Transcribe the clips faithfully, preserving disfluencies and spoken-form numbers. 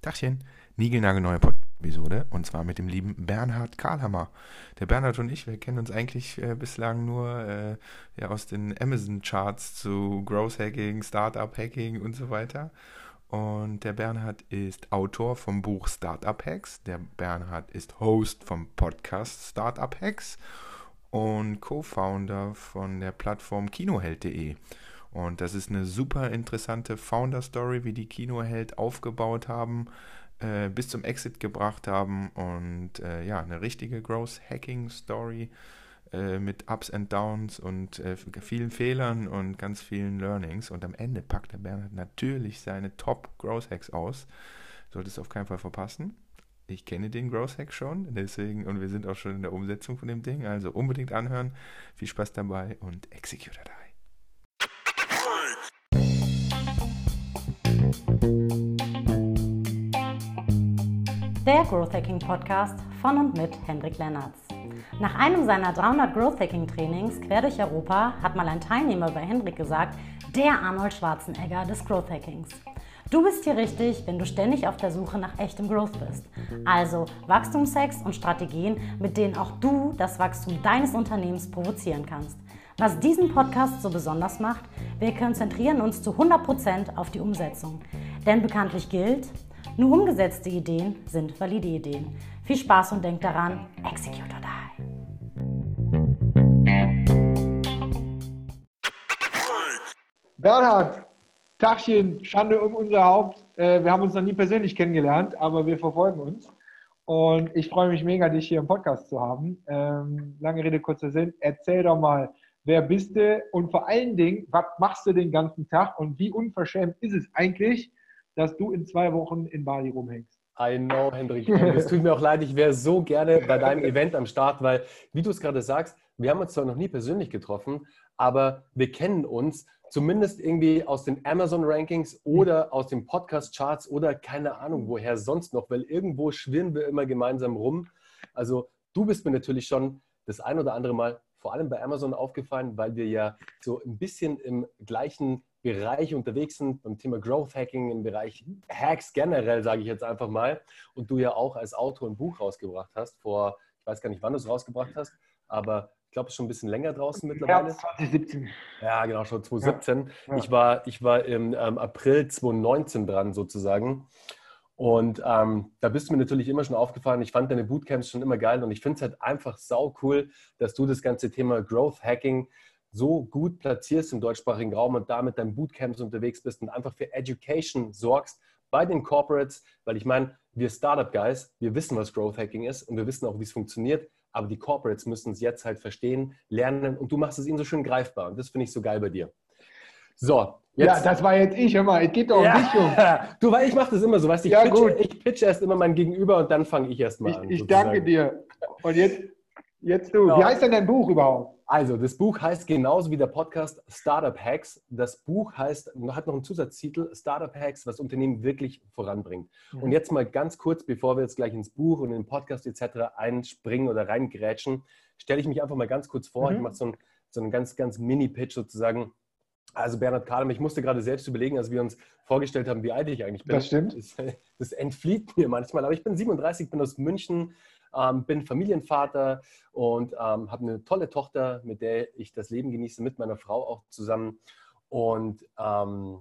Tachchen, niegelnagelneue Podcast-Episode und zwar mit dem lieben Bernhard Karlhammer. Der Bernhard und ich, wir kennen uns eigentlich äh, bislang nur äh, ja, aus den Amazon-Charts zu Growth Hacking, Startup Hacking und so weiter. Und der Bernhard ist Autor vom Buch Startup Hacks. Der Bernhard ist Host vom Podcast Startup Hacks und Co-Founder von der Plattform kinoheld punkt de. Und das ist eine super interessante Founder-Story, wie die Kinoheld aufgebaut haben, äh, bis zum Exit gebracht haben und äh, ja, eine richtige Growth-Hacking-Story äh, mit Ups and Downs und äh, vielen Fehlern und ganz vielen Learnings. Und am Ende packt der Bernhard natürlich seine Top-Growth-Hacks aus. Solltest du auf keinen Fall verpassen. Ich kenne den Growth Hack schon, deswegen, und wir sind auch schon in der Umsetzung von dem Ding. Also unbedingt anhören. Viel Spaß dabei und execute dabei. Der Growth Hacking Podcast von und mit Hendrik Lennartz. Nach einem seiner dreihundert Growth Hacking Trainings quer durch Europa hat mal ein Teilnehmer bei Hendrik gesagt, der Arnold Schwarzenegger des Growth Hackings. Du bist hier richtig, wenn du ständig auf der Suche nach echtem Growth bist. Also Wachstumshacks und Strategien, mit denen auch du das Wachstum deines Unternehmens provozieren kannst. Was diesen Podcast so besonders macht, wir konzentrieren uns zu hundert Prozent auf die Umsetzung. Denn bekanntlich gilt, nur umgesetzte Ideen sind valide Ideen. Viel Spaß und denk daran, execute or die. Bernhard, Tachchen, Schande um unser Haupt. Wir haben uns noch nie persönlich kennengelernt, aber wir verfolgen uns. Und ich freue mich mega, dich hier im Podcast zu haben. Ähm, lange Rede, kurzer Sinn. Erzähl doch mal, wer bist du und vor allen Dingen, was machst du den ganzen Tag und wie unverschämt ist es eigentlich, dass du in zwei Wochen in Bali rumhängst? I know, Hendrik. Es tut mir auch leid, ich wäre so gerne bei deinem Event am Start, weil, wie du es gerade sagst, wir haben uns zwar noch nie persönlich getroffen, aber wir kennen uns zumindest irgendwie aus den Amazon-Rankings oder aus den Podcast-Charts oder keine Ahnung woher sonst noch, weil irgendwo schwirren wir immer gemeinsam rum. Also du bist mir natürlich schon das ein oder andere Mal vor allem bei Amazon aufgefallen, weil wir ja so ein bisschen im gleichen Bereich unterwegs sind, beim Thema Growth Hacking, im Bereich Hacks generell, sage ich jetzt einfach mal. Und du ja auch als Autor ein Buch rausgebracht hast, vor, ich weiß gar nicht, wann du es rausgebracht hast, aber ich glaube, es ist schon ein bisschen länger draußen mittlerweile. März zwanzig siebzehn. Ja, genau, schon zwanzig siebzehn. Ja, ja. Ich war, ich war im ähm, April zwanzig neunzehn dran sozusagen. Und ähm, da bist du mir natürlich immer schon aufgefallen. Ich fand deine Bootcamps schon immer geil und ich finde es halt einfach sau cool, dass du das ganze Thema Growth Hacking so gut platzierst im deutschsprachigen Raum und da mit deinen Bootcamps unterwegs bist und einfach für Education sorgst bei den Corporates, weil ich meine, wir Startup-Guys, wir wissen, was Growth Hacking ist und wir wissen auch, wie es funktioniert, aber die Corporates müssen es jetzt halt verstehen, lernen und du machst es ihnen so schön greifbar und das finde ich so geil bei dir. So, jetzt. Ja, das war jetzt ich, hör mal, es geht doch um Ja. dich, Junge. Du, weil ich mache das immer so, weißt du, ich, Ja, pitch, gut. ich pitch erst immer mein Gegenüber und dann fange ich erst mal Ich, an. ich sozusagen. danke dir. Und jetzt, jetzt du. Genau. Wie heißt denn dein Buch überhaupt? Also, das Buch heißt genauso wie der Podcast Startup Hacks. Das Buch heißt, hat noch einen Zusatztitel, Startup Hacks, was Unternehmen wirklich voranbringt. Mhm. Und jetzt mal ganz kurz, bevor wir jetzt gleich ins Buch und in den Podcast et cetera einspringen oder reingrätschen, stelle ich mich einfach mal ganz kurz vor. Mhm. Ich mache so einen, so einen ganz, ganz Mini-Pitch sozusagen. Also Bernhard Karlhammer, ich musste gerade selbst überlegen, als wir uns vorgestellt haben, wie alt ich eigentlich bin. Das stimmt. Das, das entflieht mir manchmal, aber ich bin siebenunddreißig, bin aus München, ähm, bin Familienvater und ähm, habe eine tolle Tochter, mit der ich das Leben genieße, mit meiner Frau auch zusammen. Und ähm,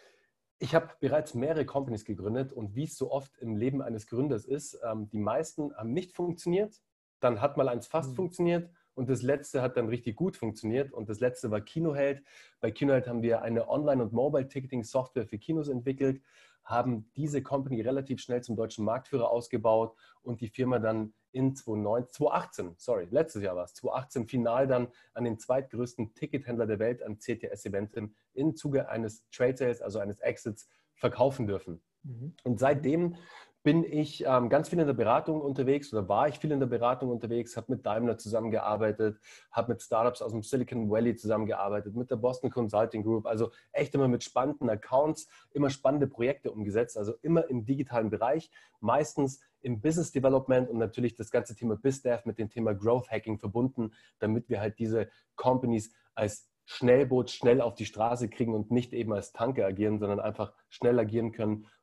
ich habe bereits mehrere Companies gegründet und wie es so oft im Leben eines Gründers ist, ähm, die meisten haben nicht funktioniert, dann hat mal eins fast Mhm. funktioniert. Und das letzte hat dann richtig gut funktioniert. Und das letzte war Kinoheld. Bei Kinoheld haben wir eine Online- und Mobile-Ticketing-Software für Kinos entwickelt, haben diese Company relativ schnell zum deutschen Marktführer ausgebaut und die Firma dann in zwanzig achtzehn, sorry, letztes Jahr war es, zwanzig achtzehn final dann an den zweitgrößten Tickethändler der Welt, an C T S Eventim, im Zuge eines Trade Sales, also eines Exits, verkaufen dürfen. Mhm. Und seitdem bin ich ähm, ganz viel in der Beratung unterwegs oder war ich viel in der Beratung unterwegs, habe mit Daimler zusammengearbeitet, habe mit Startups aus dem Silicon Valley zusammengearbeitet, mit der Boston Consulting Group, also echt immer mit spannenden Accounts, immer spannende Projekte umgesetzt, also immer im digitalen Bereich, meistens im Business Development und natürlich das ganze Thema BizDev mit dem Thema Growth Hacking verbunden, damit wir halt diese Companies als Schnellboot schnell auf die Straße kriegen und nicht eben als Tanker agieren, sondern einfach schnell agieren können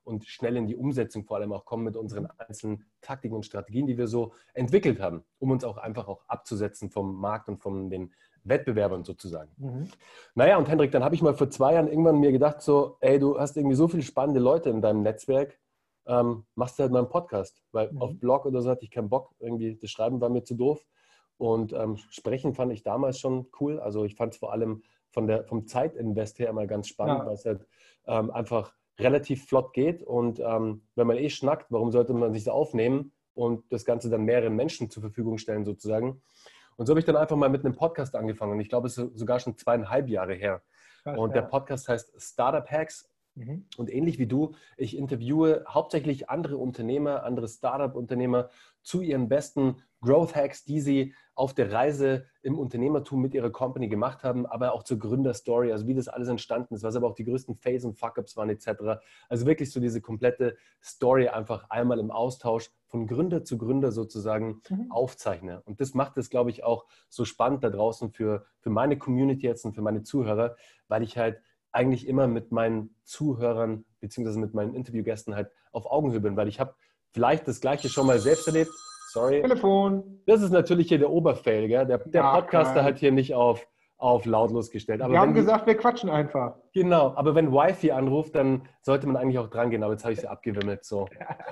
und schnell in die Umsetzung vor allem auch kommen mit unseren einzelnen Taktiken und Strategien, die wir so entwickelt haben, um uns auch einfach auch abzusetzen vom Markt und von den Wettbewerbern sozusagen. Mhm. Naja, und Hendrik, dann habe ich mal vor zwei Jahren irgendwann mir gedacht, so, ey, du hast irgendwie so viele spannende Leute in deinem Netzwerk, ähm, machst du halt mal einen Podcast, weil mhm. auf Blog oder so hatte ich keinen Bock, irgendwie das Schreiben war mir zu doof und ähm, Sprechen fand ich damals schon cool, also ich fand es vor allem von der, vom Zeitinvest her immer ganz spannend, ja. weil es halt ähm, einfach relativ flott geht und ähm, wenn man eh schnackt, warum sollte man sich das aufnehmen und das Ganze dann mehreren Menschen zur Verfügung stellen sozusagen. Und so habe ich dann einfach mal mit einem Podcast angefangen und ich glaube, es ist sogar schon zweieinhalb Jahre her. Krass, und der Podcast heißt Startup Hacks mhm. und ähnlich wie du, ich interviewe hauptsächlich andere Unternehmer, andere Startup-Unternehmer zu ihren besten Growth Hacks, die sie auf der Reise im Unternehmertum mit ihrer Company gemacht haben, aber auch zur Gründerstory, also wie das alles entstanden ist, was aber auch die größten Fails und Fuck-Ups waren et cetera. Also wirklich so diese komplette Story einfach einmal im Austausch von Gründer zu Gründer sozusagen mhm. aufzeichne. Und das macht es, glaube ich, auch so spannend da draußen für, für meine Community jetzt und für meine Zuhörer, weil ich halt eigentlich immer mit meinen Zuhörern beziehungsweise mit meinen Interviewgästen halt auf Augenhöhe bin, weil ich habe vielleicht das Gleiche schon mal selbst erlebt. Sorry. Telefon. Das ist natürlich hier der Oberfail, gell? Der, der ja, Podcaster hat hier nicht auf, auf lautlos gestellt. Aber wir haben die, gesagt, wir quatschen einfach. Genau, aber wenn Wi-Fi anruft, dann sollte man eigentlich auch dran gehen. Aber jetzt habe ich sie abgewimmelt. So.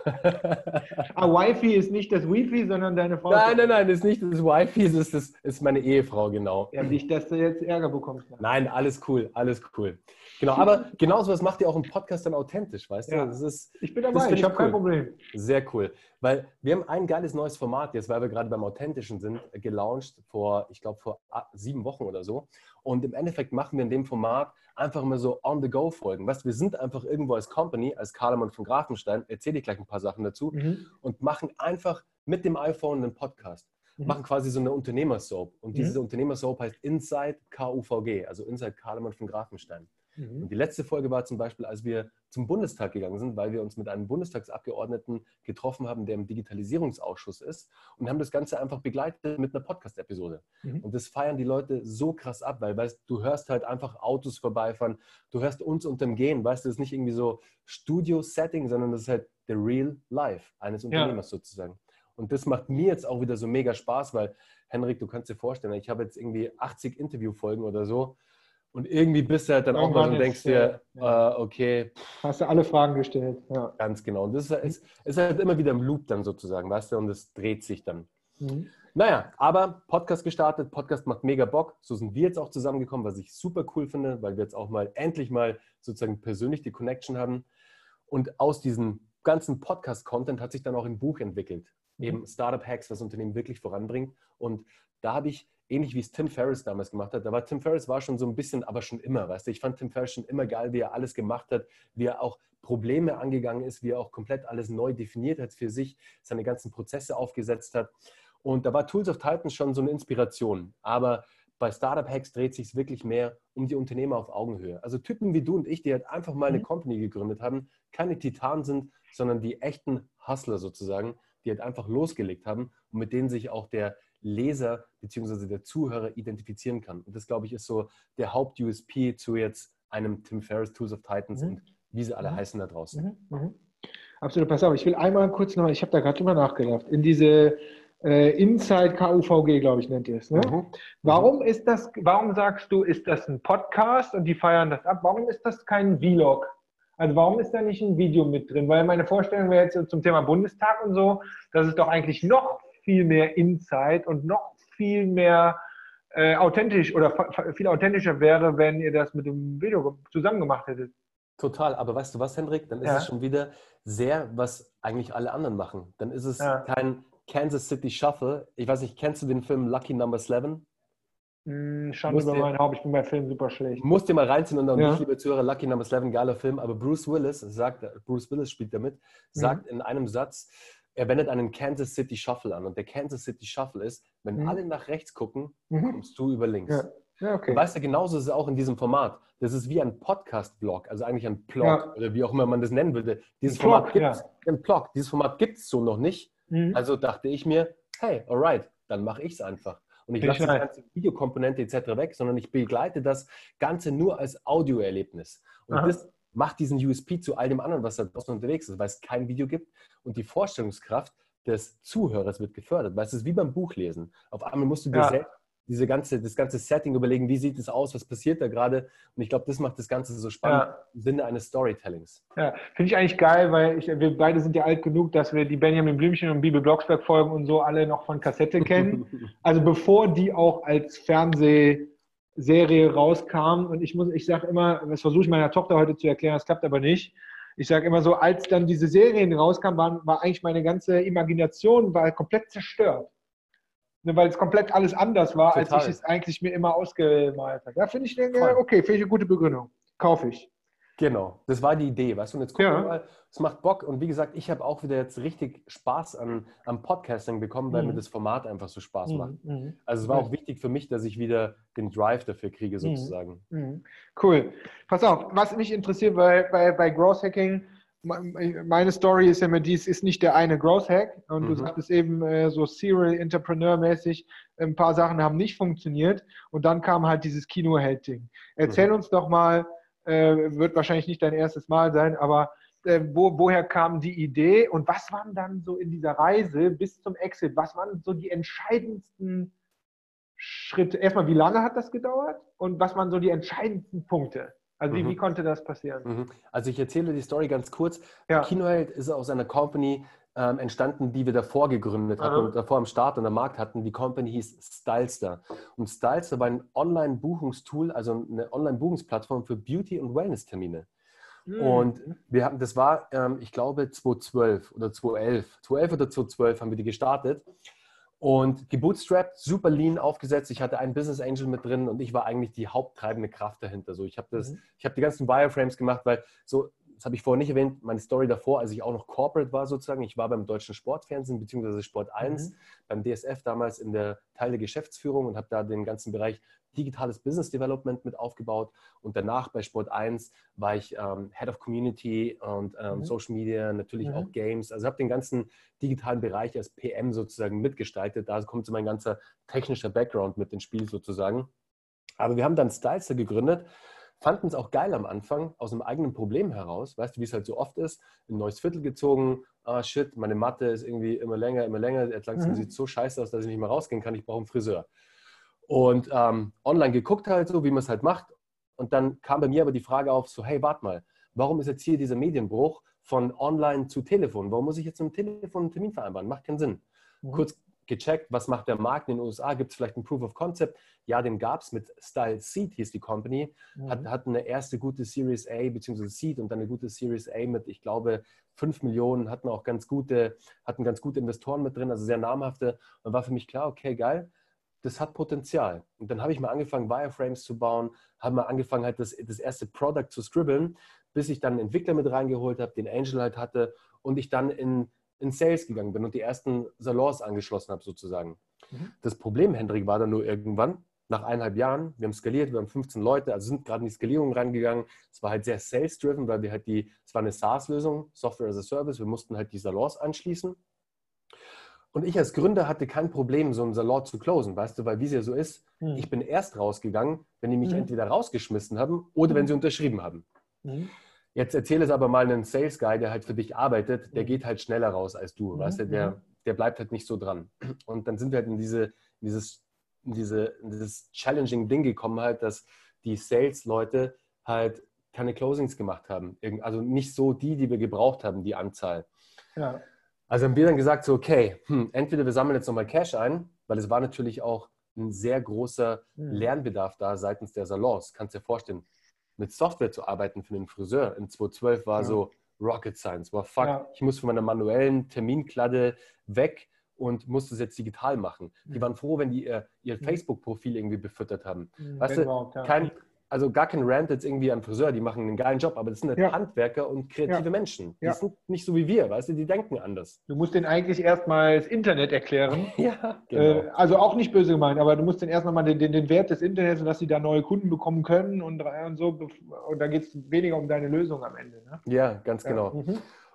ah, Wi-Fi ist nicht das Wi-Fi, sondern deine Frau. Nein, nein, nein, das ist nicht das Wi-Fi, das ist, das ist meine Ehefrau, genau. Ja, nicht, dass du jetzt Ärger bekommst. Nein, alles cool, alles cool. Genau, aber genauso was macht ja auch ein Podcast dann authentisch, weißt ja. du? Das ist, ich bin dabei, ich habe cool. kein Problem. Sehr cool, weil wir haben ein geiles neues Format jetzt, weil wir gerade beim Authentischen sind, gelauncht vor, ich glaube, vor sieben Wochen oder so. Und im Endeffekt machen wir in dem Format einfach immer so On-the-Go-Folgen. Weißt, wir sind einfach irgendwo als Company, als Karlemann von Grafenstein, erzähle ich gleich ein paar Sachen dazu, mhm. und machen einfach mit dem iPhone einen Podcast. Mhm. Machen quasi so eine Unternehmersoap. Und mhm. diese Unternehmersoap heißt Inside K U V G, also Inside Karlemann von Grafenstein. Mhm. Und die letzte Folge war zum Beispiel, als wir zum Bundestag gegangen sind, weil wir uns mit einem Bundestagsabgeordneten getroffen haben, der im Digitalisierungsausschuss ist, und haben das Ganze einfach begleitet mit einer Podcast-Episode. Mhm. Und das feiern die Leute so krass ab, weil weißt, du hörst halt einfach Autos vorbeifahren, du hörst uns unterm Gehen, weißt du, das ist nicht irgendwie so Studio-Setting, sondern das ist halt the real life eines Unternehmers ja. sozusagen. Und das macht mir jetzt auch wieder so mega Spaß, weil, Henrik, du kannst dir vorstellen, ich habe jetzt irgendwie achtzig Interviewfolgen oder so. Und irgendwie bist du halt dann Irgendwann auch mal so und denkst dir, ja. äh, okay. Hast du alle Fragen gestellt. Ja. Ganz genau. Und das ist, ist, ist halt immer wieder im Loop dann sozusagen, weißt du, und es dreht sich dann. Mhm. Naja, aber Podcast gestartet, Podcast macht mega Bock. So sind wir jetzt auch zusammengekommen, was ich super cool finde, weil wir jetzt auch mal endlich mal sozusagen persönlich die Connection haben. Und aus diesem ganzen Podcast-Content hat sich dann auch ein Buch entwickelt. Mhm. Eben Startup Hacks, was Unternehmen wirklich voranbringt. Und da habe ich, ähnlich wie es Tim Ferriss damals gemacht hat, da war Tim Ferriss war schon so ein bisschen, aber schon immer, weißt du, ich fand Tim Ferriss schon immer geil, wie er alles gemacht hat, wie er auch Probleme angegangen ist, wie er auch komplett alles neu definiert hat für sich, seine ganzen Prozesse aufgesetzt hat. Und da war Tools of Titans schon so eine Inspiration. Aber bei Startup Hacks dreht sich wirklich mehr um die Unternehmer auf Augenhöhe. Also Typen wie du und ich, die halt einfach mal eine Company gegründet haben, keine Titanen sind, sondern die echten Hustler sozusagen, die halt einfach losgelegt haben und mit denen sich auch der Leser bzw. der Zuhörer identifizieren kann. Und das, glaube ich, ist so der Haupt-U S P zu jetzt einem Tim Ferriss, Tools of Titans mhm. und wie sie alle mhm. heißen da draußen. Mhm. Mhm. Absolut, pass auf. Ich will einmal kurz noch, ich habe da gerade drüber nachgedacht, in diese äh, Inside K U V G, glaube ich, nennt ihr es. Ne? Mhm. Warum ist das, warum sagst du, ist das ein Podcast und die feiern das ab? Warum ist das kein Vlog? Also warum ist da nicht ein Video mit drin? Weil meine Vorstellung wäre jetzt zum Thema Bundestag und so, dass es doch eigentlich noch viel mehr Insight und noch viel mehr äh, authentisch oder viel authentischer wäre, wenn ihr das mit dem Video zusammen gemacht hättet. Total, aber weißt du was, Hendrik? Dann ist ja. es schon wieder sehr, was eigentlich alle anderen machen. Dann ist es ja. kein Kansas City Shuffle. Ich weiß nicht, kennst du den Film Lucky Number Eleven? Mm, schon über meinen Haupt, ich bin bei Filmen super schlecht. Musst dir mal reinziehen und dann, ja. liebe Zuhörer, Lucky Number Eleven, geiler Film, aber Bruce Willis sagt, Bruce Willis spielt damit, sagt mhm. in einem Satz, er wendet einen Kansas City Shuffle an. Und der Kansas City Shuffle ist, wenn mhm. alle nach rechts gucken, mhm. kommst du über links. Ja. Ja, okay. Und weißt du, genauso ist es auch in diesem Format. Das ist wie ein Podcast-Blog, also eigentlich ein Blog ja. oder wie auch immer man das nennen würde. Dieses ein Format Blog, gibt's, ja. ein Blog, dieses Format gibt es so noch nicht. Mhm. Also dachte ich mir, hey, alright, dann mache ich es einfach. Und ich lasse die ganze Videokomponente et cetera weg, sondern ich begleite das Ganze nur als Audioerlebnis. Und Aha. das macht diesen U S P zu all dem anderen, was da draußen unterwegs ist, weil es kein Video gibt und die Vorstellungskraft des Zuhörers wird gefördert. Weil es ist wie beim Buchlesen. Auf einmal musst du dir Ja. selbst diese ganze, das ganze Setting überlegen, wie sieht es aus, was passiert da gerade. Und ich glaube, das macht das Ganze so spannend Ja. im Sinne eines Storytellings. Ja, finde ich eigentlich geil, weil ich, wir beide sind ja alt genug, dass wir die Benjamin Blümchen und Bibel Blocksberg Folgen und so alle noch von Kassette kennen. Also bevor die auch als Fernsehserie rauskam. Und ich muss, ich sage immer, das versuche ich meiner Tochter heute zu erklären, das klappt aber nicht. Ich sage immer so, als dann diese Serien rauskamen, war, war eigentlich meine ganze Imagination war komplett zerstört. Ne, weil es komplett alles anders war, Total. als ich es eigentlich mir immer ausgemalt habe. Da finde ich, denke, Voll. okay, finde ich eine gute Begründung. Kaufe ich. Genau, das war die Idee, weißt du, und jetzt gucken Ja. wir mal, es macht Bock und wie gesagt, ich habe auch wieder jetzt richtig Spaß an, am Podcasting bekommen, weil Mhm. mir das Format einfach so Spaß macht. Mhm. Also es war auch wichtig für mich, dass ich wieder den Drive dafür kriege sozusagen. Mhm. Cool. Pass auf, was mich interessiert bei, bei, bei Growth Hacking, meine Story ist ja immer dies, ist nicht der eine Growth Hack und Mhm. du sagtest eben äh, so Serial Entrepreneur mäßig, ein paar Sachen haben nicht funktioniert und dann kam halt dieses Kinoheld-Ding. Erzähl Mhm. uns doch mal, äh, wird wahrscheinlich nicht dein erstes Mal sein, aber äh, wo, woher kam die Idee und was waren dann so in dieser Reise bis zum Exit, was waren so die entscheidendsten Schritte? Erstmal, wie lange hat das gedauert und was waren so die entscheidendsten Punkte? Also wie, Mhm. wie konnte das passieren? Mhm. Also ich erzähle die Story ganz kurz. Ja. Kinoheld ist aus einer Company ähm, entstanden, die wir davor gegründet hatten Aha. und davor am Start und am Markt hatten. Die Company hieß Stylester. Und Stylester war ein Online-Buchungstool, also eine Online-Buchungsplattform für Beauty- und Wellness-Termine. Und wir haben, das war, ähm, ich glaube, zweitausendzwölf oder zweitausendelf. zweitausendelf oder zweitausendzwölf haben wir die gestartet. Und gebootstrapped, super lean aufgesetzt. Ich hatte einen Business Angel mit drin und ich war eigentlich die haupttreibende Kraft dahinter. So, ich habe das, Mhm. ich habe die ganzen Wireframes gemacht, weil so, das habe ich vorher nicht erwähnt, meine Story davor, als ich auch noch Corporate war sozusagen. Ich war beim deutschen Sportfernsehen bzw. Sport eins, Mhm. beim D S F damals in der Teil der Geschäftsführung und habe da den ganzen Bereich digitales Business Development mit aufgebaut. Und danach bei Sport eins war ich ähm, Head of Community und ähm, Mhm. Social Media, natürlich Mhm. auch Games. Also habe den ganzen digitalen Bereich als P M sozusagen mitgestaltet. Da kommt so mein ganzer technischer Background mit ins Spiel sozusagen. Aber wir haben dann Stylester gegründet, fanden es auch geil am Anfang, aus einem eigenen Problem heraus. Weißt du, wie es halt so oft ist, in ein neues Viertel gezogen, ah shit, meine Matte ist irgendwie immer länger, immer länger, jetzt langsam Mhm. sieht es so scheiße aus, dass ich nicht mehr rausgehen kann, ich brauche einen Friseur. Und ähm, online geguckt halt so, wie man es halt macht. Und dann kam bei mir aber die Frage auf, so hey, warte mal, warum ist jetzt hier dieser Medienbruch von online zu Telefon? Warum muss ich jetzt mit dem Telefon einen Termin vereinbaren? Macht keinen Sinn. Mhm. Kurz gecheckt, was macht der Markt in den U S A? Gibt es vielleicht einen Proof of Concept? Ja, den gab es mit Style Seed, hieß die Company. Mhm. Hat, hat eine erste gute Series A bzw. Seed und dann eine gute Series A mit, ich glaube, fünf Millionen, hatten auch ganz gute, hatten ganz gute Investoren mit drin, also sehr namhafte. Und war für mich klar, okay, geil, das hat Potenzial. Und dann habe ich mal angefangen, Wireframes zu bauen, habe mal angefangen, halt das, das erste Product zu scribbeln, bis ich dann einen Entwickler mit reingeholt habe, den Angel halt hatte und ich dann in, in Sales gegangen bin und die ersten Salons angeschlossen habe sozusagen. Mhm. Das Problem, Hendrik, war dann nur irgendwann, nach eineinhalb Jahren, wir haben skaliert, wir haben fünfzehn Leute, also sind gerade in die Skalierung reingegangen. Es war halt sehr sales-driven, weil wir halt die, es war eine SaaS-Lösung, Software as a Service, wir mussten halt die Salons anschließen. Und ich als Gründer hatte kein Problem, so einen Salon zu closen, weißt du, weil wie es ja so ist, Mhm. ich bin erst rausgegangen, wenn die mich Mhm. entweder rausgeschmissen haben oder wenn sie unterschrieben haben. Mhm. Jetzt erzähle es aber mal einen Sales Guy, der halt für dich arbeitet, der Mhm. geht halt schneller raus als du, Mhm. weißt du, der, der bleibt halt nicht so dran. Und dann sind wir halt in, diese, in, dieses, in, diese, in dieses challenging Ding gekommen halt, dass die Sales-Leute halt keine Closings gemacht haben. Irgend- Also nicht so die, die wir gebraucht haben, die Anzahl. Ja. Also haben wir dann gesagt, so okay, hm, entweder wir sammeln jetzt nochmal Cash ein, weil es war natürlich auch ein sehr großer Mhm. Lernbedarf da seitens der Salons. Kannst dir vorstellen, mit Software zu arbeiten für einen Friseur in zweitausendzwölf war Ja. so Rocket Science. War fuck, Ja. ich muss von meiner manuellen Terminkladde weg und muss das jetzt digital machen. Die Mhm. waren froh, wenn die ihr, ihr Mhm. Facebook-Profil irgendwie befüttert haben. Mhm. Weißt Wenn du, überhaupt, ja. kein, also gar kein Rant jetzt irgendwie an Friseur, die machen einen geilen Job, aber das sind halt Ja. Handwerker und kreative Ja. Menschen. Die Ja. sind nicht so wie wir, weißt du, die denken anders. Du musst denen eigentlich erstmal das Internet erklären. Ja, Äh, genau. also auch nicht böse gemeint, aber du musst denen erst nochmal den, den, den Wert des Internets und dass sie da neue Kunden bekommen können und, und so. Und da geht es weniger um deine Lösung am Ende. Ne? Ja, ganz Ja. genau. Mhm.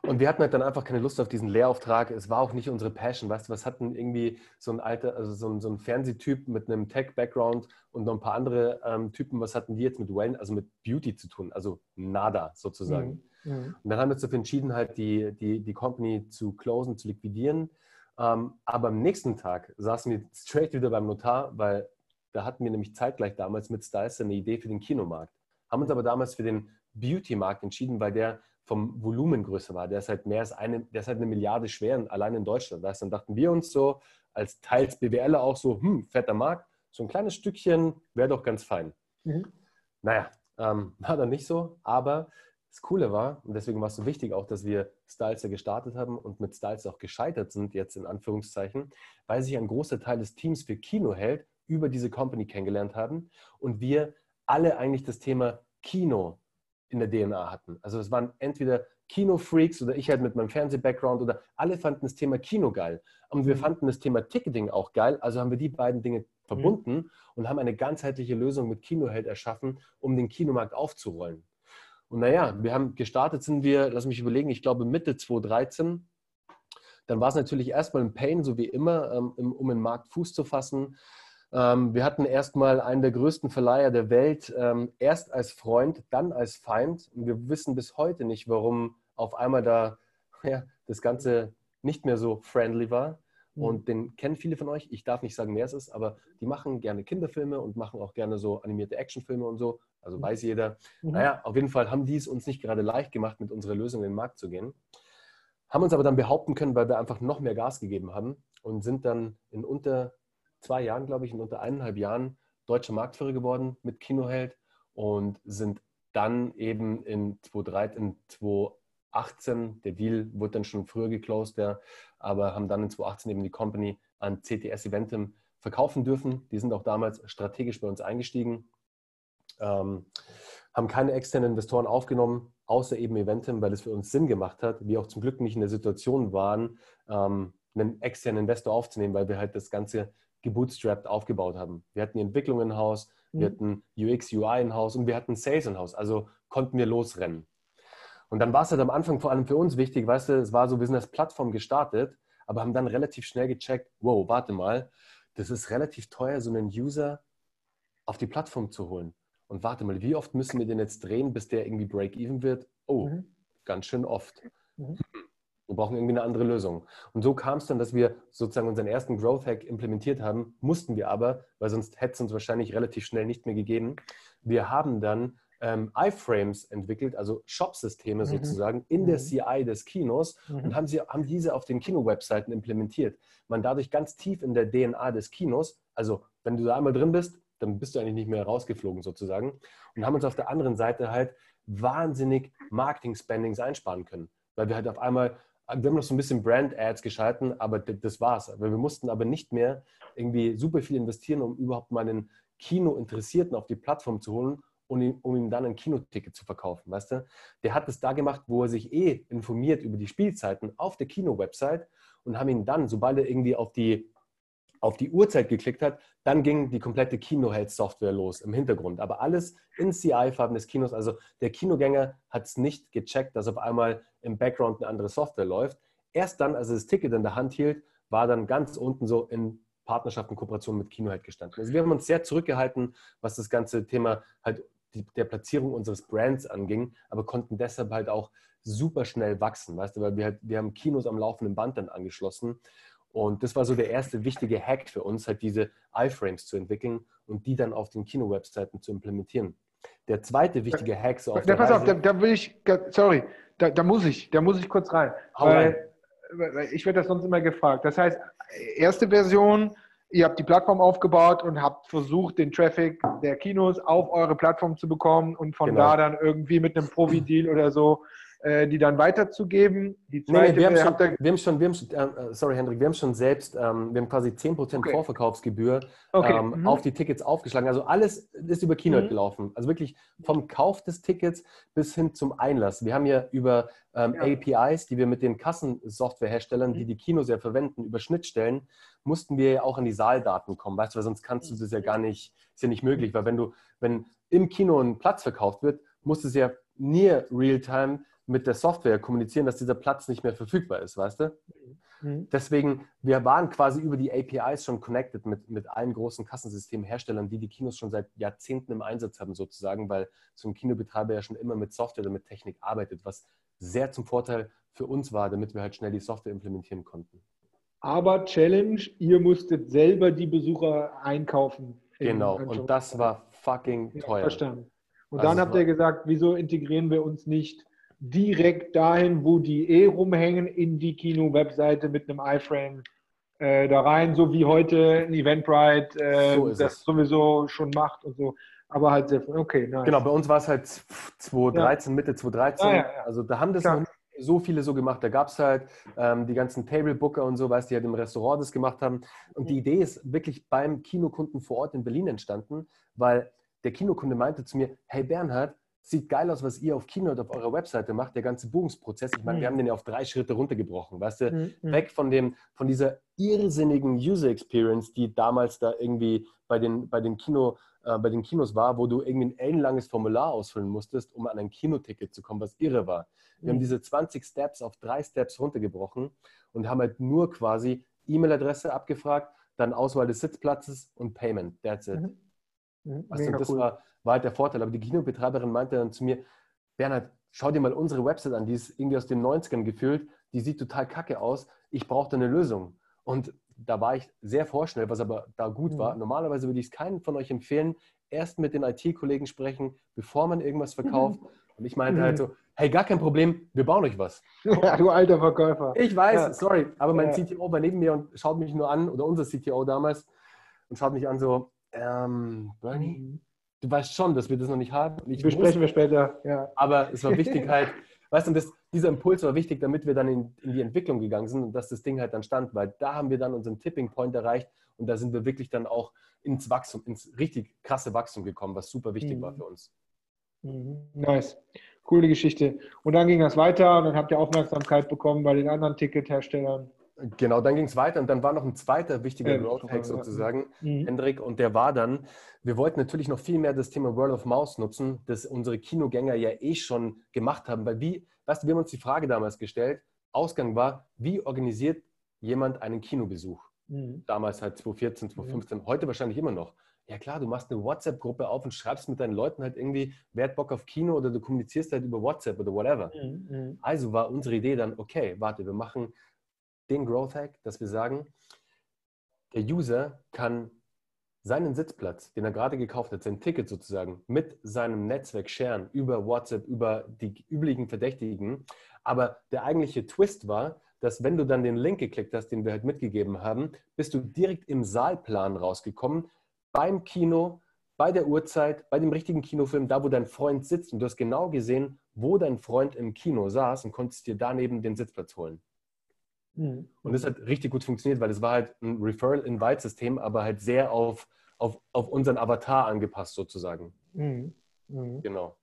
Und wir hatten halt dann einfach keine Lust auf diesen Lehrauftrag. Es war auch nicht unsere Passion. Weißt du, was hatten irgendwie so ein alter, also so ein, so ein Fernsehtyp mit einem Tech-Background und noch ein paar andere ähm, Typen, was hatten die jetzt mit Wellness, also mit Beauty zu tun? Also nada sozusagen. Mhm. Mhm. Und dann haben wir uns dafür entschieden, halt die, die, die Company zu closen, zu liquidieren. Ähm, aber am nächsten Tag saßen wir straight wieder beim Notar, weil da hatten wir nämlich zeitgleich damals mit Styles eine Idee für den Kinomarkt. Haben uns aber damals für den Beauty-Markt entschieden, weil der vom Volumen größer war. Der ist halt mehr als eine, der ist halt eine Milliarde schwer, allein in Deutschland. Weißt? Dann dachten wir uns so, als teils BWLer auch so, hm, fetter Markt, so ein kleines Stückchen wäre doch ganz fein. Mhm. Naja, ähm, war dann nicht so, aber das Coole war, und deswegen war es so wichtig auch, dass wir Styles ja gestartet haben und mit Styles auch gescheitert sind, jetzt in Anführungszeichen, weil sich ein großer Teil des Teams für Kino hält, über diese Company kennengelernt haben und wir alle eigentlich das Thema Kino in der D N A hatten. Also es waren entweder Kino-Freaks oder ich halt mit meinem Fernseh-Background oder alle fanden das Thema Kino geil. Und wir Mhm. fanden das Thema Ticketing auch geil, also haben wir die beiden Dinge verbunden mhm. und haben eine ganzheitliche Lösung mit Kinoheld erschaffen, um den Kinomarkt aufzurollen. Und naja, wir haben gestartet, sind wir, lass mich überlegen, ich glaube Mitte zweitausenddreizehn. Dann war es natürlich erstmal ein Pain, so wie immer, um im Markt Fuß zu fassen. Wir hatten erstmal einen der größten Verleiher der Welt, erst als Freund, dann als Feind. Und wir wissen bis heute nicht, warum auf einmal da ja, das Ganze nicht mehr so friendly war. Und den kennen viele von euch. Ich darf nicht sagen, wer es ist, aber die machen gerne Kinderfilme und machen auch gerne so animierte Actionfilme und so. Also weiß jeder. Mhm. Naja, auf jeden Fall haben die es uns nicht gerade leicht gemacht, mit unserer Lösung in den Markt zu gehen. Haben uns aber dann behaupten können, weil wir einfach noch mehr Gas gegeben haben und sind dann in unter zwei Jahren, glaube ich, in unter eineinhalb Jahren deutscher Marktführer geworden mit Kinoheld und sind dann eben in zweitausenddreizehn, zweitausendachtzehn, der Deal wurde dann schon früher geclosed, ja, aber haben dann in zweitausendachtzehn eben die Company an C T S Eventim verkaufen dürfen. Die sind auch damals strategisch bei uns eingestiegen, ähm, haben keine externen Investoren aufgenommen, außer eben Eventim, weil es für uns Sinn gemacht hat. Wir auch zum Glück nicht in der Situation waren, ähm, einen externen Investor aufzunehmen, weil wir halt das Ganze gebootstrapped aufgebaut haben. Wir hatten die Entwicklung in Haus, mhm. wir hatten U X, U I in Haus und wir hatten Sales in Haus. Also konnten wir losrennen. Und dann war es halt am Anfang vor allem für uns wichtig, weißt du, es war so, wir sind als Plattform gestartet, aber haben dann relativ schnell gecheckt, wow, warte mal, das ist relativ teuer, so einen User auf die Plattform zu holen. Und warte mal, wie oft müssen wir den jetzt drehen, bis der irgendwie Break-Even wird? Oh, mhm. ganz schön oft. Mhm. Wir brauchen irgendwie eine andere Lösung. Und so kam es dann, dass wir sozusagen unseren ersten Growth-Hack implementiert haben, mussten wir aber, weil sonst hätte es uns wahrscheinlich relativ schnell nicht mehr gegeben. Wir haben dann ähm, iFrames entwickelt, also Shop-Systeme mhm. sozusagen in mhm. der C I des Kinos mhm. und haben, sie, haben diese auf den Kino-Webseiten implementiert. Man dadurch ganz tief in der D N A des Kinos, also wenn du da einmal drin bist, dann bist du eigentlich nicht mehr rausgeflogen sozusagen und haben uns auf der anderen Seite halt wahnsinnig Marketing-Spendings einsparen können, weil wir halt auf einmal, wir haben noch so ein bisschen Brand-Ads geschalten, aber das war's. Weil wir mussten aber nicht mehr irgendwie super viel investieren, um überhaupt mal einen Kino-Interessierten auf die Plattform zu holen, um ihm, um ihm dann ein Kinoticket zu verkaufen, weißt du? Der hat es da gemacht, wo er sich eh informiert über die Spielzeiten auf der Kino-Website und haben ihn dann, sobald er irgendwie auf die auf die Uhrzeit geklickt hat, dann ging die komplette Kinoheld-Software los im Hintergrund. Aber alles in C I-Farben des Kinos. Also der Kinogänger hat es nicht gecheckt, dass auf einmal im Background eine andere Software läuft. Erst dann, als er das Ticket in der Hand hielt, war dann ganz unten so in Partnerschaft und Kooperation mit Kinoheld gestanden. Also wir haben uns sehr zurückgehalten, was das ganze Thema halt die, der Platzierung unseres Brands anging, aber konnten deshalb halt auch super schnell wachsen, weißt du, weil wir halt, wir haben Kinos am laufenden Band dann angeschlossen. Und das war so der erste wichtige Hack für uns, halt diese iFrames zu entwickeln und die dann auf den Kino-Webseiten zu implementieren. Der zweite wichtige Hack so auf der der Pass Reise... auf, da, da will ich, sorry, da, da muss ich, da muss ich kurz rein. Hau weil, weil ich werde das sonst immer gefragt. Das heißt, erste Version, ihr habt die Plattform aufgebaut und habt versucht, den Traffic der Kinos auf eure Plattform zu bekommen und von Genau. da dann irgendwie mit einem Provi-Deal oder so die dann weiterzugeben. Die zweite, nee, nee, wir, haben schon, schon, wir haben schon, wir haben schon, äh, sorry Hendrik, wir haben schon selbst, ähm, wir haben quasi zehn Prozent okay. Vorverkaufsgebühr okay. ähm, mhm. auf die Tickets aufgeschlagen. Also alles ist über Kinoheld mhm. gelaufen. Also wirklich vom Kauf des Tickets bis hin zum Einlass. Wir haben ja über ähm, ja. A P Is, die wir mit den Kassensoftwareherstellern, mhm. die die Kinos ja verwenden, über Schnittstellen, mussten wir ja auch an die Saaldaten kommen. Weißt du, weil sonst kannst du das ja gar nicht, ist ja nicht möglich, weil wenn du, wenn im Kino ein Platz verkauft wird, muss es ja near real-time mit der Software kommunizieren, dass dieser Platz nicht mehr verfügbar ist, weißt du? Mhm. Deswegen, wir waren quasi über die A P Is schon connected mit, mit allen großen Kassensystemherstellern, die die Kinos schon seit Jahrzehnten im Einsatz haben sozusagen, weil so ein Kinobetreiber ja schon immer mit Software oder mit Technik arbeitet, was sehr zum Vorteil für uns war, damit wir halt schnell die Software implementieren konnten. Aber Challenge, ihr musstet selber die Besucher einkaufen. Genau, und das war fucking ja, teuer. Verstanden. Und Also dann es habt war- ihr gesagt, wieso integrieren wir uns nicht direkt dahin, wo die eh rumhängen, in die Kino-Webseite mit einem iFrame äh, da rein, so wie heute ein Eventbrite äh, So ist das es. sowieso schon macht und so. Aber halt sehr, okay, nice. Genau, bei uns war es halt zwanzig dreizehn, Mitte zwanzig dreizehn. Ah, ja, ja. Also da haben das Klar. noch nicht so viele so gemacht. Da gab es halt ähm, die ganzen Table-Booker und so, weißt du, die halt im Restaurant das gemacht haben. Und die Idee ist wirklich beim Kinokunden vor Ort in Berlin entstanden, weil der Kinokunde meinte zu mir, hey Bernhard, sieht geil aus, was ihr auf Kino und auf eurer Webseite macht, der ganze Buchungsprozess. Ich meine, wir haben den ja auf drei Schritte runtergebrochen, weißt du, Mhm, mhm. weg von, dem, von dieser irrsinnigen User Experience, die damals da irgendwie bei den, bei den Kino, äh, bei den Kinos war, wo du irgendwie ein ellenlanges Formular ausfüllen musstest, um an ein Kinoticket zu kommen, was irre war. Wir haben Mhm. diese zwanzig Steps auf drei Steps runtergebrochen und haben halt nur quasi E-Mail-Adresse abgefragt, dann Auswahl des Sitzplatzes und Payment. That's it. Mhm. Mhm. Weißt du, Mega und das cool. war, war halt der Vorteil. Aber die Kinobetreiberin meinte dann zu mir, Bernhard, schau dir mal unsere Website an, die ist irgendwie aus den neunzigern gefühlt, die sieht total kacke aus, ich brauche da eine Lösung. Und da war ich sehr vorschnell, was aber da gut Mhm. war. Normalerweise würde ich es keinem von euch empfehlen, erst mit den I T-Kollegen sprechen, bevor man irgendwas verkauft. Und ich meinte Mhm. halt so, hey, gar kein Problem, wir bauen euch was. Ja, du alter Verkäufer. Ich weiß, Ja. sorry, aber mein Ja. C T O war neben mir und schaut mich nur an, oder unser C T O damals, und schaut mich an so, ähm, Bernie, Mhm. du weißt schon, dass wir das noch nicht haben. Und ich Besprechen wir wusste, später. Ja. aber es war wichtig halt, weißt du, und das, dieser Impuls war wichtig, damit wir dann in, in die Entwicklung gegangen sind und dass das Ding halt dann stand, weil da haben wir dann unseren Tipping Point erreicht und da sind wir wirklich dann auch ins Wachstum, ins richtig krasse Wachstum gekommen, was super wichtig Mhm. war für uns. Mhm. Nice. Coole Geschichte. Und dann ging das weiter und dann habt ihr Aufmerksamkeit bekommen bei den anderen Ticketherstellern. Genau, dann ging es weiter und dann war noch ein zweiter wichtiger Äh, Growth Hack sozusagen, Mhm. Hendrik, und der war dann, wir wollten natürlich noch viel mehr das Thema Word of Mouse nutzen, das unsere Kinogänger ja eh schon gemacht haben, weil wie, weißt du, wir haben uns die Frage damals gestellt, Ausgang war, wie organisiert jemand einen Kinobesuch? Mhm. Damals halt zwanzig vierzehn, zwanzig fünfzehn, heute wahrscheinlich immer noch. Ja klar, du machst eine WhatsApp-Gruppe auf und schreibst mit deinen Leuten halt irgendwie, wer hat Bock auf Kino oder du kommunizierst halt über WhatsApp oder whatever. Mhm. Mhm. Also war unsere Idee dann, okay, warte, wir machen den Growth Hack, dass wir sagen, der User kann seinen Sitzplatz, den er gerade gekauft hat, sein Ticket sozusagen, mit seinem Netzwerk sharen, über WhatsApp, über die üblichen Verdächtigen. Aber der eigentliche Twist war, dass wenn du dann den Link geklickt hast, den wir halt mitgegeben haben, bist du direkt im Saalplan rausgekommen, beim Kino, bei der Uhrzeit, bei dem richtigen Kinofilm, da wo dein Freund sitzt und du hast genau gesehen, wo dein Freund im Kino saß und konntest dir daneben den Sitzplatz holen. Mhm. Und das hat richtig gut funktioniert, weil es war halt ein Referral-Invite-System, aber halt sehr auf, auf, auf unseren Avatar angepasst sozusagen. Mhm. Mhm. Genau.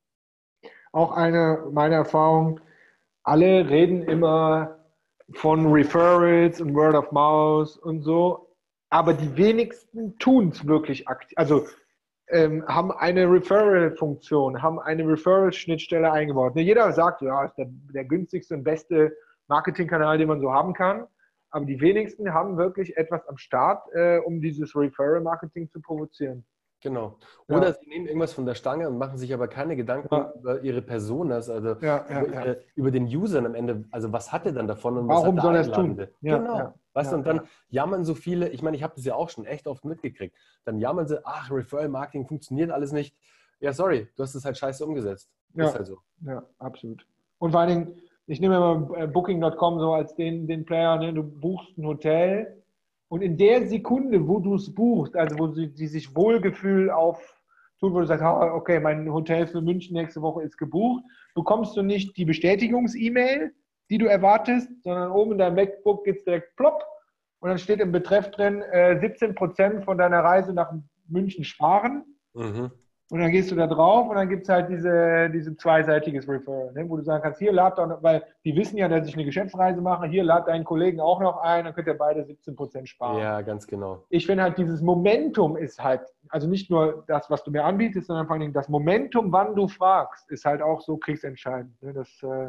Auch eine meiner Erfahrungen, alle reden immer von Referrals und Word of Mouth und so, aber die wenigsten tun es wirklich aktiv. Also ähm, haben eine Referral-Funktion, haben eine Referral-Schnittstelle eingebaut. Ne, jeder sagt, ja, ist der, der günstigste und beste Marketingkanal, den man so haben kann. Aber die wenigsten haben wirklich etwas am Start, äh, um dieses Referral-Marketing zu provozieren. Genau. Ja. Oder sie nehmen irgendwas von der Stange und machen sich aber keine Gedanken Ja. über ihre Personas, also Ja, ja, über, ihre, über den Usern am Ende. Also was hat er dann davon und Warum was hat soll der er es tun? Einladende? Ja, genau. ja, Weißt ja, du, und dann ja. jammern so viele, ich meine, ich habe das ja auch schon echt oft mitgekriegt, dann jammern sie, ach, Referral-Marketing funktioniert alles nicht. Ja, sorry, du hast es halt scheiße umgesetzt. Ja. Ist halt so. Ja, absolut. Und vor allen Dingen, ich nehme immer Booking Punkt com so als den, den Player, ne? Du buchst ein Hotel und in der Sekunde, wo du es buchst, also wo sie, die sich Wohlgefühl auf tun, wo du sagst, ah, okay, mein Hotel für München nächste Woche ist gebucht, bekommst du nicht die Bestätigungs-E-Mail, die du erwartest, sondern oben in deinem MacBook geht es direkt plopp und dann steht im Betreff drin, äh, siebzehn Prozent von deiner Reise nach München sparen. Mhm. Und dann gehst du da drauf und dann gibt es halt diese, diese zweiseitiges Referral, ne, wo du sagen kannst, hier lad doch, weil die wissen ja, dass ich eine Geschäftsreise mache, hier lad deinen Kollegen auch noch ein, dann könnt ihr beide siebzehn Prozent sparen. Ja, ganz genau. Ich finde halt, dieses Momentum ist halt, also nicht nur das, was du mir anbietest, sondern vor allen Dingen das Momentum, wann du fragst, ist halt auch so kriegsentscheidend. Ne? Das, äh,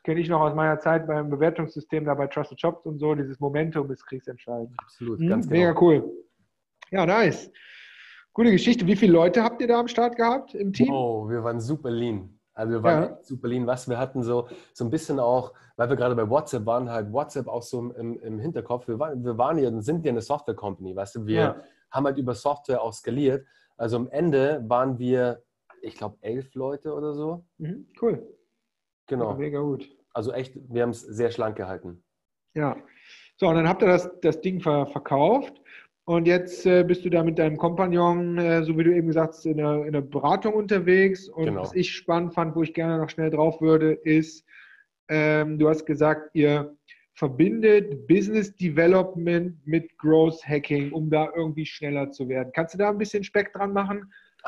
Kenne ich noch aus meiner Zeit beim Bewertungssystem da bei Trusted Shops und so. Dieses Momentum ist kriegsentscheidend. Absolut, Mhm, ganz genau. mega cool. Ja, nice. Gute Geschichte. Wie viele Leute habt ihr da am Start gehabt im Team? Oh, wir waren super lean. Also wir waren Ja. echt super lean. Was wir hatten so, so ein bisschen auch, weil wir gerade bei WhatsApp waren, halt WhatsApp auch so im, im Hinterkopf. Wir waren, wir waren ja und sind ja eine Software-Company, weißt du, wir Ja. haben halt über Software auch skaliert. Also am Ende waren wir, ich glaube, elf Leute oder so. Mhm, cool. Genau. Ja, mega gut. Also echt, wir haben es sehr schlank gehalten. Ja. So, und dann habt ihr das, das Ding ver verkauft. Und jetzt äh, bist du da mit deinem Kompagnon, äh, so wie du eben gesagt hast, in der, in der Beratung unterwegs. Und Genau. was ich spannend fand, wo ich gerne noch schnell drauf würde, ist, ähm, du hast gesagt, ihr verbindet Business Development mit Growth Hacking, um da irgendwie schneller zu werden. Kannst du da ein bisschen Speck dran machen?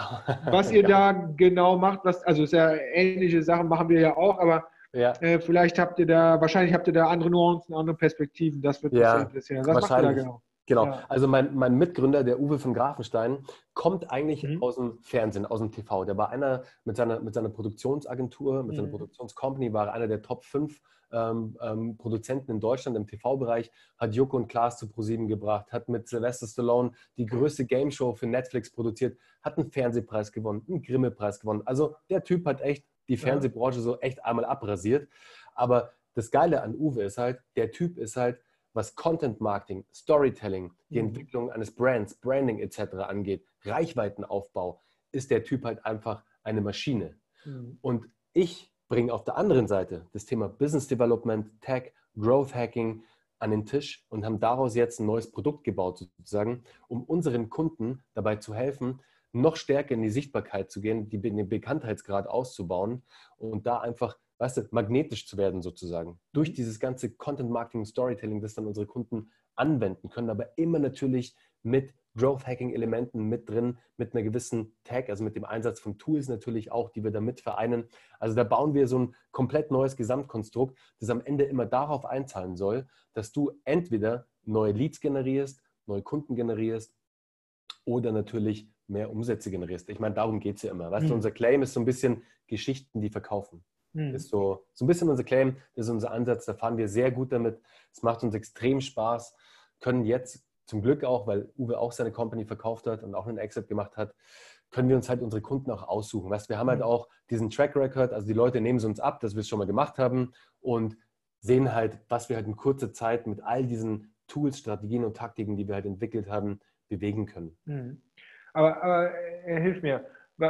Was ihr ja. da genau macht, was, also ist ja ähnliche Sachen machen wir ja auch, aber Ja. äh, vielleicht habt ihr da, wahrscheinlich habt ihr da andere Nuancen, andere Perspektiven, das wird mich Ja, sehr interessieren. Was macht ihr da wahrscheinlich. genau? Genau, Ja. also mein, mein Mitgründer, der Uwe von Grafenstein, kommt eigentlich Mhm. aus dem Fernsehen, aus dem T V. Der war einer mit seiner, mit seiner Produktionsagentur, mit seiner Mhm. Produktionscompany, war einer der Top fünf ähm, ähm, Produzenten in Deutschland im T V-Bereich, hat Joko und Klaas zu ProSieben gebracht, hat mit Sylvester Stallone die größte Game-Show für Netflix produziert, hat einen Fernsehpreis gewonnen, einen Grimme-Preis gewonnen. Also der Typ hat echt die Fernsehbranche so echt einmal abrasiert. Aber das Geile an Uwe ist halt, der Typ ist halt, was Content Marketing, Storytelling, die Mhm. Entwicklung eines Brands, Branding et cetera angeht, Reichweitenaufbau, ist der Typ halt einfach eine Maschine. Mhm. Und ich bringe auf der anderen Seite das Thema Business Development, Tech, Growth Hacking an den Tisch und haben daraus jetzt ein neues Produkt gebaut sozusagen, um unseren Kunden dabei zu helfen, noch stärker in die Sichtbarkeit zu gehen, die, den Bekanntheitsgrad auszubauen und da einfach, weißt du, magnetisch zu werden sozusagen. Durch dieses ganze Content Marketing, Storytelling, das dann unsere Kunden anwenden können, aber immer natürlich mit Growth Hacking Elementen mit drin, mit einer gewissen Tag, also mit dem Einsatz von Tools natürlich auch, die wir damit vereinen. Also da bauen wir so ein komplett neues Gesamtkonstrukt, das am Ende immer darauf einzahlen soll, dass du entweder neue Leads generierst, neue Kunden generierst oder natürlich mehr Umsätze generierst. Ich meine, darum geht es ja immer. Weißt Mhm. du, unser Claim ist so ein bisschen Geschichten, die verkaufen. Mhm. Ist so, so ein bisschen unser Claim, das ist unser Ansatz, da fahren wir sehr gut damit. Es macht uns extrem Spaß, können jetzt zum Glück auch, weil Uwe auch seine Company verkauft hat und auch einen Exit gemacht hat, können wir uns halt unsere Kunden auch aussuchen. Weißt, wir haben halt Mhm. auch diesen Track Record, also die Leute nehmen es uns ab, dass wir es schon mal gemacht haben und sehen halt, was wir halt in kurzer Zeit mit all diesen Tools, Strategien und Taktiken, die wir halt entwickelt haben, bewegen können. Mhm. Aber, aber äh, hilf mir.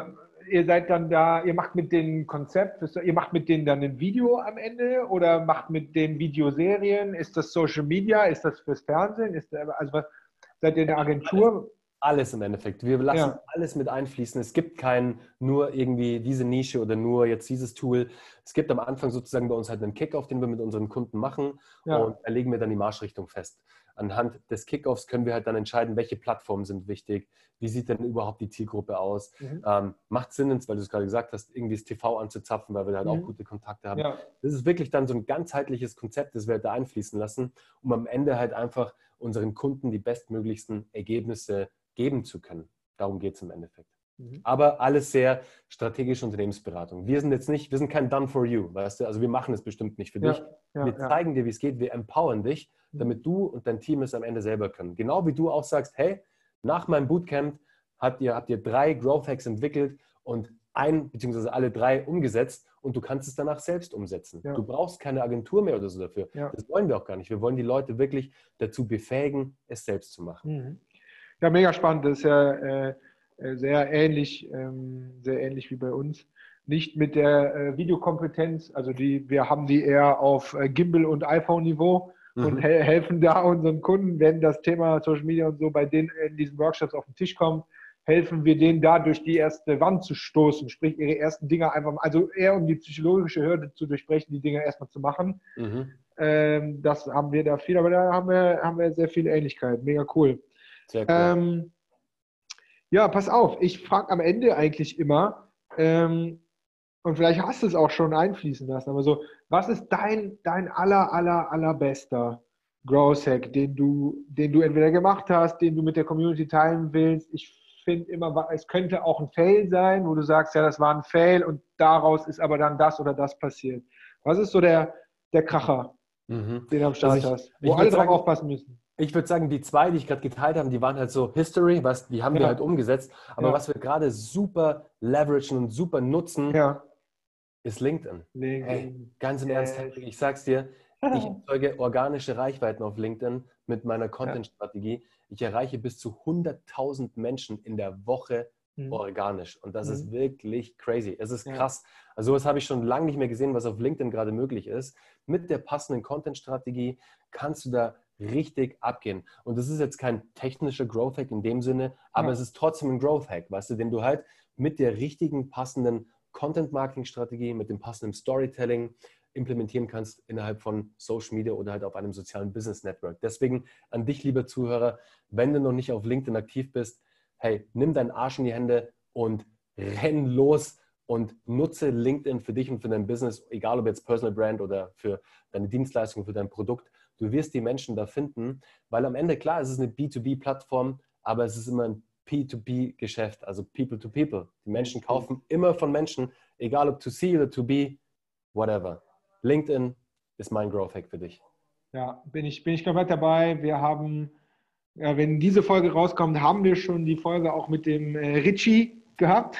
Ihr seid dann da, ihr macht mit denen Konzept, ihr macht mit denen dann ein Video am Ende oder macht mit den Videoserien? Ist das Social Media? Ist das fürs Fernsehen? Ist das, also was, seid ihr eine Agentur? Alles im Endeffekt. Wir lassen Ja. alles mit einfließen. Es gibt kein nur irgendwie diese Nische oder nur jetzt dieses Tool. Es gibt am Anfang sozusagen bei uns halt einen Kickoff, den wir mit unseren Kunden machen Ja. und da legen wir dann die Marschrichtung fest. Anhand des Kickoffs können wir halt dann entscheiden, welche Plattformen sind wichtig, wie sieht denn überhaupt die Zielgruppe aus. Mhm. Ähm, macht Sinn, weil du es gerade gesagt hast, irgendwie das T V anzuzapfen, weil wir da halt Mhm. auch gute Kontakte haben. Ja. Das ist wirklich dann so ein ganzheitliches Konzept, das wir halt da einfließen lassen, um am Ende halt einfach unseren Kunden die bestmöglichsten Ergebnisse geben zu können. Darum geht es im Endeffekt. Mhm. Aber alles sehr strategische Unternehmensberatung. Wir sind jetzt nicht, wir sind kein Done for you, weißt du? Also wir machen es bestimmt nicht für Ja. dich. Ja. Wir Ja. zeigen dir, wie es geht, wir empowern dich, Mhm. damit du und dein Team es am Ende selber können. Genau wie du auch sagst, hey, nach meinem Bootcamp habt ihr, habt ihr drei Growth Hacks entwickelt und ein bzw. alle drei umgesetzt und du kannst es danach selbst umsetzen. Ja. Du brauchst keine Agentur mehr oder so dafür. Ja. Das wollen wir auch gar nicht. Wir wollen die Leute wirklich dazu befähigen, es selbst zu machen. Mhm. Ja, mega spannend. Das ist ja äh, sehr ähnlich, ähm, sehr ähnlich wie bei uns. Nicht mit der äh, Videokompetenz, also die, wir haben die eher auf äh, Gimbal und iPhone-Niveau und Mhm. he helfen da unseren Kunden, wenn das Thema Social Media und so bei denen in diesen Workshops auf den Tisch kommt, helfen wir denen da durch die erste Wand zu stoßen, sprich ihre ersten Dinger einfach, also eher um die psychologische Hürde zu durchbrechen, die Dinger erstmal zu machen. Mhm. Ähm, das haben wir da viel, aber da haben wir, haben wir sehr viel Ähnlichkeit. Mega cool. Sehr cool. Ähm, ja, pass auf, ich frage am Ende eigentlich immer, ähm, und vielleicht hast du es auch schon einfließen lassen, aber so, was ist dein, dein aller, aller, allerbester Growth Hack, den du, den du entweder gemacht hast, den du mit der Community teilen willst? Ich finde immer, es könnte auch ein Fail sein, wo du sagst, ja, das war ein Fail und daraus ist aber dann das oder das passiert. Was ist so der, der Kracher, Mhm. den du am Start Also ich- hast, ich wo alle würd drauf sagen- aufpassen müssen? Ich würde sagen, die zwei, die ich gerade geteilt habe, die waren halt so History, was, die haben wir Ja. halt umgesetzt. Aber Ja. was wir gerade super leveragen und super nutzen, Ja. ist LinkedIn. Hey, LinkedIn. ganz im Yes. Ernst, Hendrik, ich sag's dir, ich erzeuge organische Reichweiten auf LinkedIn mit meiner Content-Strategie. Ich erreiche bis zu hunderttausend Menschen in der Woche Mhm. organisch. Und das Mhm. ist wirklich crazy. Es ist Ja. krass. Also sowas habe ich schon lange nicht mehr gesehen, was auf LinkedIn gerade möglich ist. Mit der passenden Content-Strategie kannst du da richtig abgehen. Und das ist jetzt kein technischer Growth-Hack in dem Sinne, aber Ja. es ist trotzdem ein Growth-Hack, weißt du, den du halt mit der richtigen, passenden Content-Marketing-Strategie, mit dem passenden Storytelling implementieren kannst innerhalb von Social Media oder halt auf einem sozialen Business-Network. Deswegen an dich, lieber Zuhörer, wenn du noch nicht auf LinkedIn aktiv bist, hey, nimm deinen Arsch in die Hände und renn los und nutze LinkedIn für dich und für dein Business, egal ob jetzt Personal Brand oder für deine Dienstleistung, für dein Produkt. Du wirst die Menschen da finden, weil am Ende, klar, es ist eine B zwei B-Plattform, aber es ist immer ein P zwei B-Geschäft, also People to People. Die Menschen kaufen immer von Menschen, egal ob to C oder to B, whatever. LinkedIn ist mein Growth Hack für dich. Ja, bin ich, bin ich komplett dabei. Wir haben, ja, wenn diese Folge rauskommt, haben wir schon die Folge auch mit dem äh, Richie gehabt.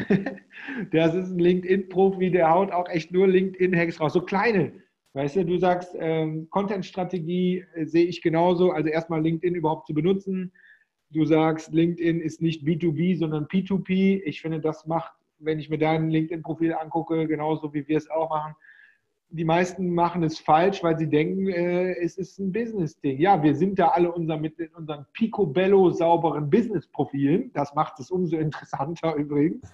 Das ist ein LinkedIn-Profi, der haut auch echt nur LinkedIn-Hacks raus. So kleine. Weißt du, du sagst, ähm, Content-Strategie äh, sehe ich genauso. Also erstmal LinkedIn überhaupt zu benutzen. Du sagst, LinkedIn ist nicht B zwei B, sondern P zwei P. Ich finde, das macht, wenn ich mir dein LinkedIn-Profil angucke, genauso wie wir es auch machen. Die meisten machen es falsch, weil sie denken, äh, es ist ein Business-Ding. Ja, wir sind da alle unser, mit unseren picobello sauberen Business-Profilen. Das macht es umso interessanter übrigens.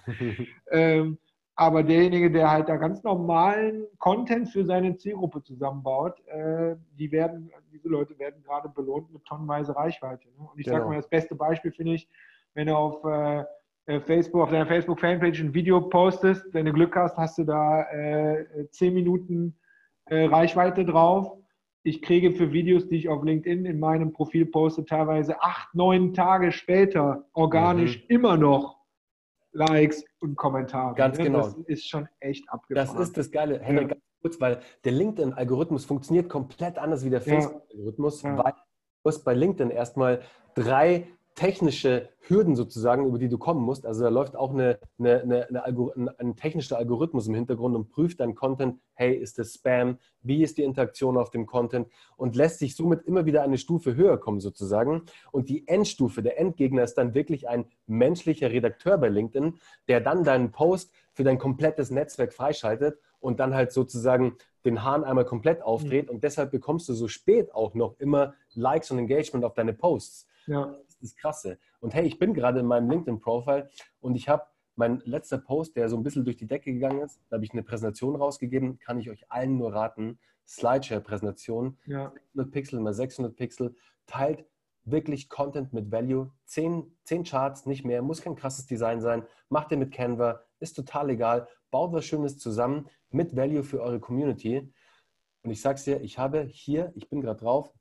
ähm, aber derjenige, der halt da ganz normalen Content für seine Zielgruppe zusammenbaut, äh, die werden, diese Leute werden gerade belohnt mit tonnenweise Reichweite. Ne? Und ich Genau. sage mal, das beste Beispiel finde ich, wenn du auf äh, Facebook, auf deiner Facebook-Fanpage ein Video postest, wenn du Glück hast, hast du da äh, zehn Minuten äh, Reichweite drauf. Ich kriege für Videos, die ich auf LinkedIn in meinem Profil poste, teilweise acht, neun Tage später organisch Mhm. immer noch Likes und Kommentare. Ganz ne? genau. Das ist schon echt abgefahren. Das ist das Geile. Henrik, Ja. ganz kurz, weil der LinkedIn-Algorithmus funktioniert komplett anders wie der Ja. Facebook-Algorithmus, Ja. weil du hast bei LinkedIn erstmal drei technische Hürden sozusagen, über die du kommen musst. Also da läuft auch eine, eine, eine, eine Algor- ein, ein technischer Algorithmus im Hintergrund und prüft dein Content. Hey, ist das Spam? Wie ist die Interaktion auf dem Content? Und lässt sich somit immer wieder eine Stufe höher kommen sozusagen. Und die Endstufe, der Endgegner ist dann wirklich ein menschlicher Redakteur bei LinkedIn, der dann deinen Post für dein komplettes Netzwerk freischaltet und dann halt sozusagen den Hahn einmal komplett aufdreht. Und deshalb bekommst du so spät auch noch immer Likes und Engagement auf deine Posts. Ja. Das ist das Krasse. Und hey, ich bin gerade in meinem LinkedIn-Profile und ich habe mein letzter Post, der so ein bisschen durch die Decke gegangen ist, da habe ich eine Präsentation rausgegeben, kann ich euch allen nur raten, Slideshare-Präsentation, Ja. sechshundert Pixel mal sechshundert Pixel, teilt wirklich Content mit Value, zehn, zehn Charts, nicht mehr, muss kein krasses Design sein, macht ihr mit Canva, ist total egal, baut was Schönes zusammen mit Value für eure Community. Und ich sag's dir, ich habe hier, ich bin gerade drauf,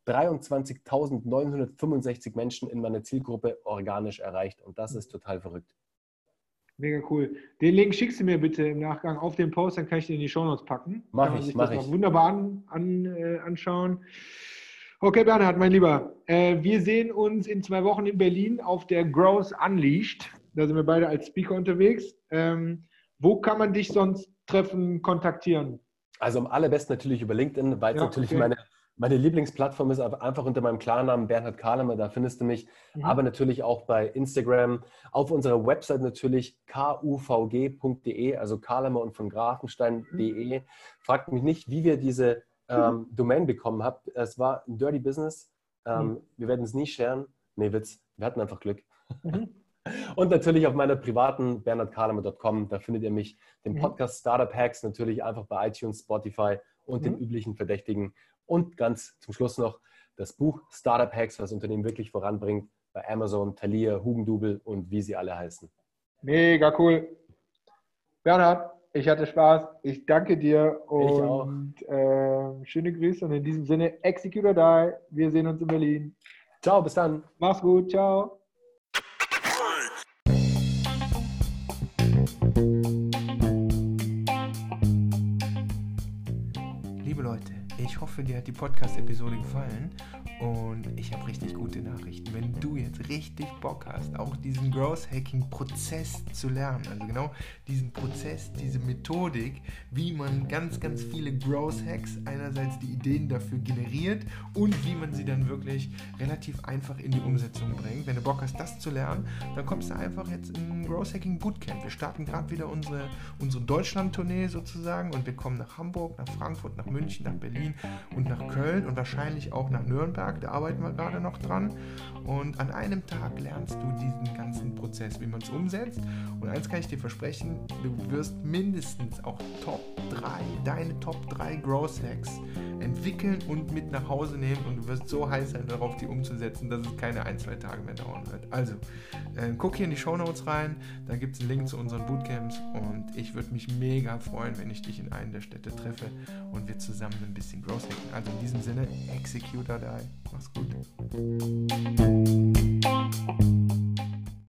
dreiundzwanzigtausendneunhundertfünfundsechzig Menschen in meiner Zielgruppe organisch erreicht. Und das ist total verrückt. Mega cool. Den Link schickst du mir bitte im Nachgang auf den Post, dann kann ich den in die Shownotes packen. Mach kann man ich, sich mach das mal ich. wunderbar an, an, äh, anschauen. Okay, Bernhard, mein Lieber, äh, wir sehen uns in zwei Wochen in Berlin auf der Growth Unleashed. Da sind wir beide als Speaker unterwegs. Ähm, wo kann man dich sonst treffen, kontaktieren? Also am allerbesten natürlich über LinkedIn, weil es Ja, natürlich okay. meine, meine Lieblingsplattform ist, aber einfach unter meinem Klarnamen Bernhard Kahlemer, da findest du mich. Mhm. Aber natürlich auch bei Instagram, auf unserer Website natürlich k u v g punkt d e, also Kahlemer und von Grafenstein punkt d e. Fragt mich nicht, wie wir diese ähm, Domain bekommen haben. Es war ein Dirty Business. Ähm, Mhm. Wir werden es nie sharen. Nee, Witz. Wir hatten einfach Glück. Mhm. Und natürlich auf meiner privaten bernhard kahlemer punkt com, da findet ihr mich, den Mhm. Podcast Startup Hacks, natürlich einfach bei iTunes, Spotify und den Mhm. üblichen Verdächtigen. Und ganz zum Schluss noch das Buch Startup Hacks, was Unternehmen wirklich voranbringt, bei Amazon, Thalia, Hugendubel und wie sie alle heißen. Mega cool. Bernhard, ich hatte Spaß. Ich danke dir Ich auch. und äh, schöne Grüße. Und in diesem Sinne, Execute or Die. Wir sehen uns in Berlin. Ciao, bis dann. Mach's gut. Ciao. hoffe, dir hat die Podcast-Episode gefallen und ich habe richtig gute Nachrichten. Wenn du jetzt richtig Bock hast, auch diesen Growth-Hacking-Prozess zu lernen, also genau diesen Prozess, diese Methodik, wie man ganz, ganz viele Growth-Hacks, einerseits die Ideen dafür generiert und wie man sie dann wirklich relativ einfach in die Umsetzung bringt. Wenn du Bock hast, das zu lernen, dann kommst du einfach jetzt in Growth-Hacking Bootcamp. Wir starten gerade wieder unsere, unsere Deutschland-Tournee sozusagen und wir kommen nach Hamburg, nach Frankfurt, nach München, nach Berlin und nach Köln und wahrscheinlich auch nach Nürnberg. Da arbeiten wir gerade noch dran. Und an einem Tag lernst du diesen ganzen Prozess, wie man es umsetzt. Und eins kann ich dir versprechen, du wirst mindestens auch Top drei, deine Top drei Growth Hacks entwickeln und mit nach Hause nehmen und du wirst so heiß sein darauf, die umzusetzen, dass es keine ein, zwei Tage mehr dauern wird. Also, äh, guck hier in die Shownotes rein, da gibt es einen Link zu unseren Bootcamps und ich würde mich mega freuen, wenn ich dich in einen der Städte treffe und wir zusammen ein bisschen Growth hacken. Also in diesem Sinne, execute or die. Mach's gut.